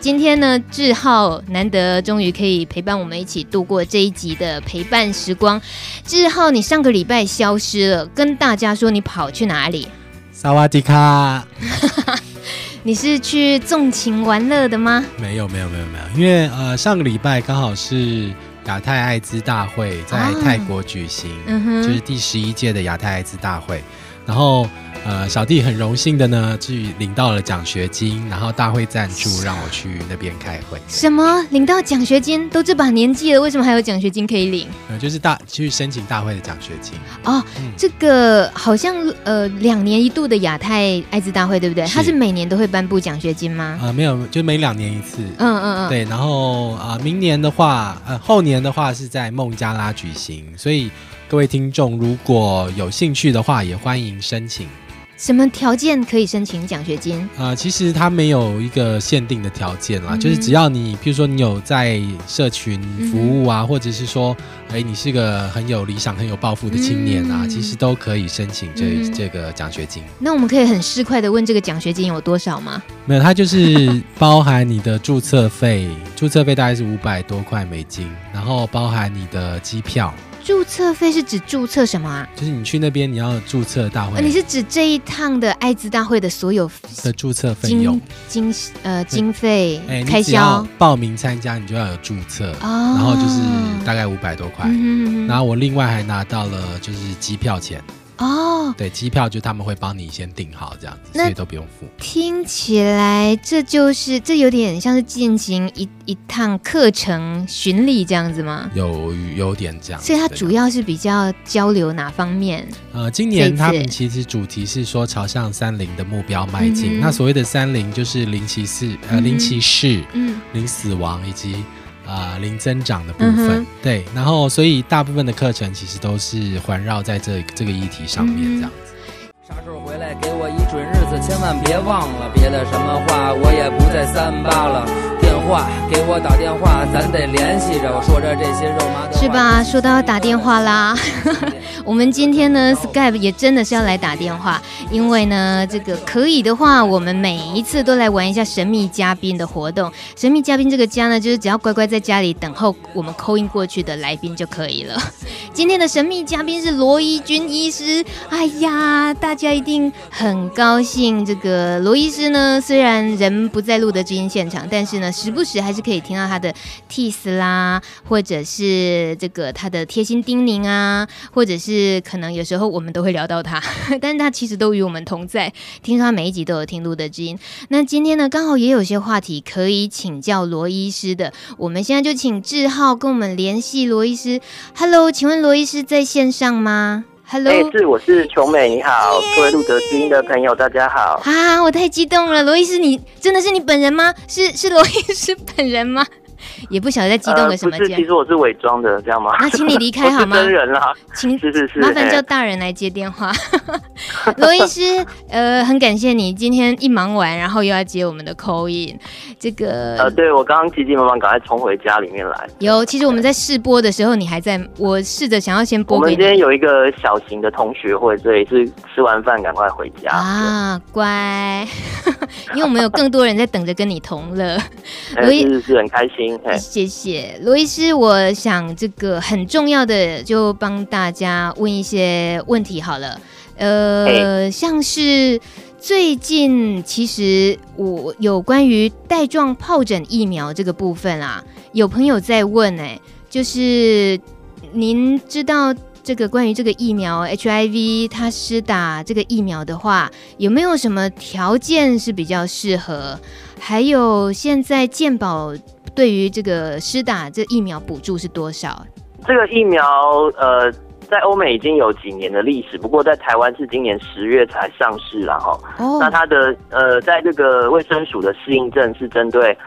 今天呢，志浩难得终于可以陪伴我们一起度过这一集的陪伴时光。志浩，你上个礼拜消失了，跟大家说你跑去哪里？ 萨瓦迪卡。 你是去纵情玩乐的吗？ 没有，因为上个礼拜刚好是亚太艾滋大会在泰国举行，就是第11届的亚太艾滋大会。然后小弟很荣幸的呢，去领到了奖学金，然后大会赞助让我去那边开会。 什么领到奖学金？都这把年纪了，为什么还有奖学金可以领？ 就是去申请大会的奖学金。 这个好像2年一度的亚太艾滋大会，对不对？它是每年都会颁布奖学金吗？ 没有，就每2年一次。对。然后明年的话，后年的话是在孟加拉举行，所以各位听众如果有兴趣的话，也欢迎申请。 什么条件可以申请奖学金？ 其实它没有一个限定的条件啦，就是只要你，譬如说你有在社群服务啊，或者是说，你是个很有理想、很有抱负的青年啊，其实都可以申请这个奖学金。 那我们可以很市侩的问，这个奖学金有多少吗？ 没有，它就是包含你的注册费，注册费大概是500多块美金，然后包含你的机票。 注册费是指注册什么啊？ 就是你去那边你要注册大会。 你是指这一趟的艾滋大会的所有的注册费用、 经费、开销？ 你只要报名参加，你就要有注册，然后就是大概500多块。然后我另外还拿到了就是机票钱。对，机票就他们会帮你先订好这样子，所以都不用付。 听起来这有点像是进行一趟课程巡礼这样子吗？ 有点这样。 所以它主要是比较交流哪方面？ 今年他们其实主题是说朝向30的目标迈进。那所谓的30就是零歧视、零死亡以及零增长的部分。对，然后所以大部分的课程其实都是环绕在这个议题上面这样子。 啥时候回来给我一准日子，千万别忘了，别的什么话我也不再38了。电话给我打电话，咱得联系着，我说着这些肉麻的话。 是吧？说到要打电话啦，我们今天呢 Skype 也真的是要来打电话，因为呢这个可以的话，我们每一次都来玩一下神秘嘉宾的活动。神秘嘉宾这个家呢，就是只要乖乖在家里等候我们 call in 过去的来宾就可以了。今天的神秘嘉宾是罗一君医师，哎呀，大家一定很高兴。这个罗医师呢，虽然人不在录的知音现场，但是呢，时不时还是可以听到他的 tips 啦，或者是这个他的贴心叮咛啊，或者是可能有时候我们都会聊到他，但是他其实都与我们同在。听说他每一集都有听录的知音。那今天呢，刚好也有些话题可以请教罗医师的，我们现在就请志浩跟我们联系罗医师。Hello， 请问罗医师在线上吗？Hello， 我是琼美，你好，各位路德知音的朋友，大家好。 我太激动了，罗医师，你真的是你本人吗？是罗医师本人吗？也不晓得在激动个什么。 不是，其实我是伪装的，这样吗？ 那请你离开好吗？ 我是真人啦，是， 麻烦叫大人来接电话。罗医师，很感谢你今天一忙完，然后又要接我们的 call in。这个对，我刚刚急急忙忙赶快冲回家里面来。 其实我们在试播的时候，你还在，我试着想要先播给你。 我们今天有一个小型的同学会，所以是吃完饭赶快回家。 乖，因为我们有更多人在等着跟你同乐。 是很开心。 谢谢罗医师，我想这个很重要的就帮大家问一些问题好了。像是最近其实我有关于带状疱疹疫苗这个部分啊，有朋友在问就是您知道这个关于这个疫苗 HIV 它施打这个疫苗的话，有没有什么条件是比较适合？还有现在健保对于这个施打这疫苗补助是多少？ 这个疫苗在欧美已经有几年的历史，不过在台湾是今年10月才上市啦那它的在这个卫生署的适应症是针对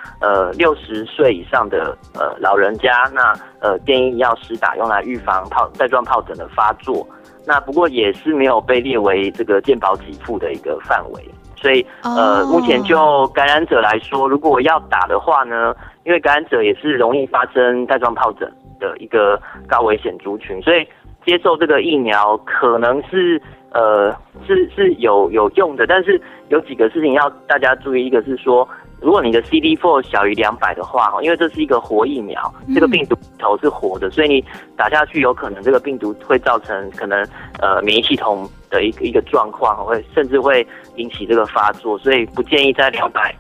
60岁以上的老人家，那建议要施打，用来预防带状疱疹的发作。那不过也是没有被列为这个健保给付的一个范围。所以目前就感染者来说，如果要打的话呢，因为感染者也是容易发生带状疱疹的一个高危险族群，所以接受这个疫苗可能是有用的，但是有几个事情要大家注意。一个是说， 如果你的 CD4 小于200的话，因为这是一个活疫苗，这个病毒头是活的，所以你打下去有可能这个病毒会造成可能免疫系统的一个状况，甚至会引起这个发作，所以不建议在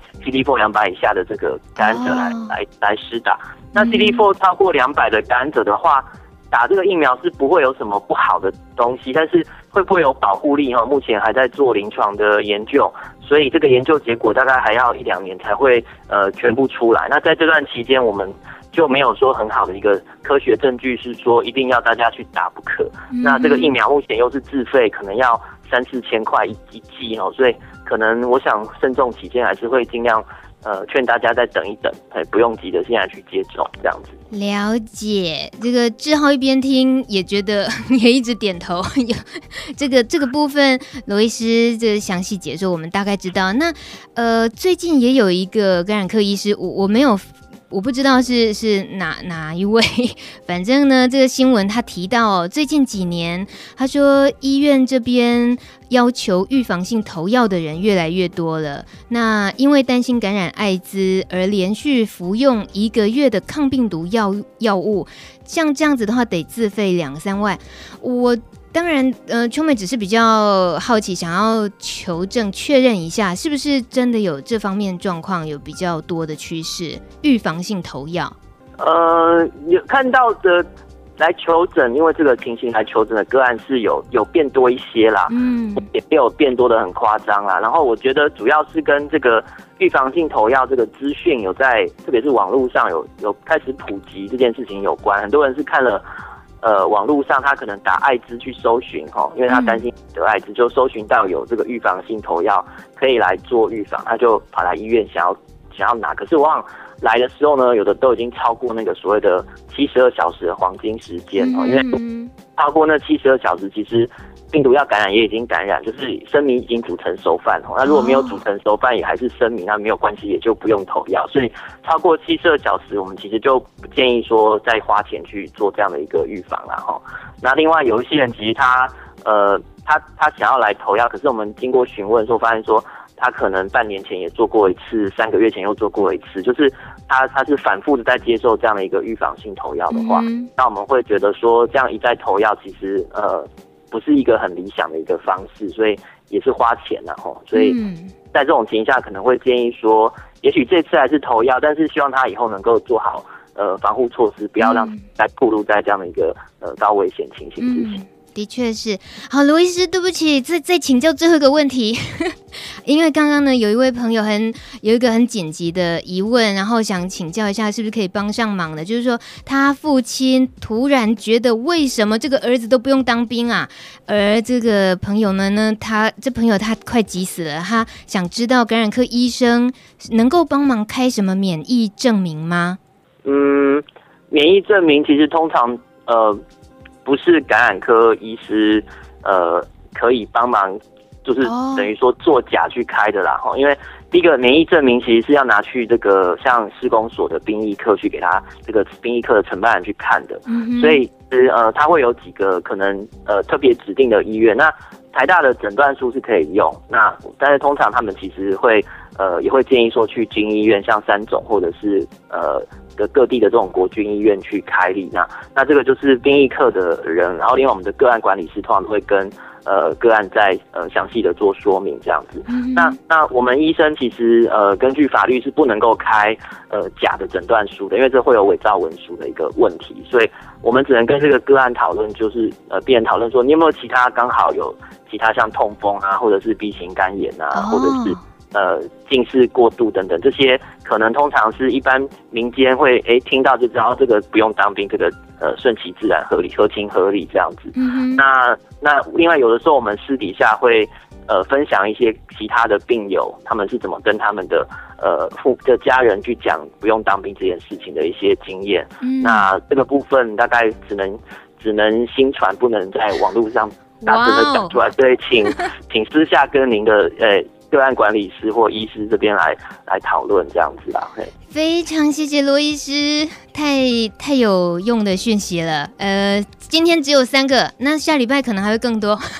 CD4 200以下的这个感染者来施打。那 CD4 超过200的感染者的话，打这个疫苗是不会有什么不好的东西，但是会不会有保护力目前还在做临床的研究，所以这个研究结果大概还要1-2年才会全部出来。那在这段期间，我们就没有说很好的一个科学证据是说一定要大家去打不可。那这个疫苗目前又是自费，可能要3-4千块一剂所以可能我想慎重起见，还是会尽量劝大家再等一等，不用急着现在去接种这样子。 了解，这个志浩一边听也觉得也一直点头。这个部分罗医师这详细解说，我们大概知道。那最近也有一个感染科医师，我不知道是哪一位，反正呢，这个新闻他提到最近几年，他说医院这边要求预防性投药的人越来越多了。那因为担心感染艾滋而连续服用1个月的抗病毒药物，像这样子的话得自费2-3万。当然，秋妹只是比较好奇，想要求证确认一下，是不是真的有这方面状况有比较多的趋势？预防性投药， 有看到的来求诊，因为这个情形来求诊的个案是有变多一些啦，也没有变多的很夸张啦。然后我觉得主要是跟这个预防性投药这个资讯有在，特别是网络上有开始普及这件事情有关。很多人是看了。网络上他可能打艾滋去搜寻因为他担心得艾滋，就搜寻到有这个预防性投药可以来做预防，他就跑来医院想要拿。可是往往来的时候呢，有的都已经超过那个所谓的72小时的黄金时间因为超过那72小时，其实病毒要感染也已经感染，就是生米已经煮成熟饭那如果没有煮成熟饭也还是生米，那没有关系，也就不用投药。所以超过72小时，我们其实就不建议说再花钱去做这样的一个预防啦那另外有一些人其实他想要来投药，可是我们经过询问说发现说他可能半年前也做过一次，3个月前又做过一次，就是他是反复的在接受这样的一个预防性投药的话，那我们会觉得说这样一再投药其实不是一个很理想的一个方式，所以也是花钱所以在这种情况下可能会建议说，也许这次还是投药，但是希望他以后能够做好防护措施，不要让再暴露在这样的一个高危险情形之下。 的确是。好，罗医师，对不起，再请教最后一个问题，因为刚刚呢有一位朋友有一个很紧急的疑问，然后想请教一下，是不是可以帮上忙的？就是说，他父亲突然觉得为什么这个儿子都不用当兵啊？而这个朋友们呢，他快急死了，他想知道感染科医生能够帮忙开什么免疫证明吗？ 免疫证明其实通常不是感染科医师可以帮忙，就是等于说作假去开的啦因为第一个免疫证明其实是要拿去这个像施工所的兵役科去给他这个兵役科的承办人去看的，所以他会有几个可能特别指定的医院，那台大的诊断书是可以用，但是通常他们其实会也会建议说去军医院，像3种或者是各地的这种国军医院去开立，那这个就是兵役科的人，然后另外我们的个案管理师通常都会跟个案再详细的做说明这样子。那我们医生其实根据法律是不能够开假的诊断书的，因为这会有伪造文书的一个问题，所以我们只能跟这个个案讨论，就是病人讨论说你有没有其他刚好有其他像痛风啊，或者是 B 型肝炎啊，或者是近视过度等等，这些可能通常是一般民间会听到就知道这个不用当兵，这个顺其自然合情合理这样子。那另外有的时候我们私底下会分享一些其他的病友他们是怎么跟他们的家人去讲不用当兵这件事情的一些经验。那这个部分大概只能心传，不能在网络上大声的讲出来，所以请私下跟您的个案管理师或医师这边来讨论这样子啦。 非常谢谢罗医师，太有用的讯息了。今天只有3个，那下礼拜可能还会更多。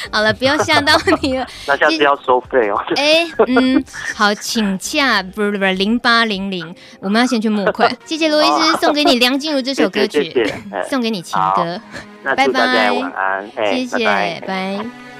好了，不要吓到你了。 那下次要收费哦。 好，请洽不0800，我们要先去募款。谢谢罗医师，送给你梁静茹这首歌曲， 谢谢， 送给你情歌。 那祝大家晚安， 谢谢，拜。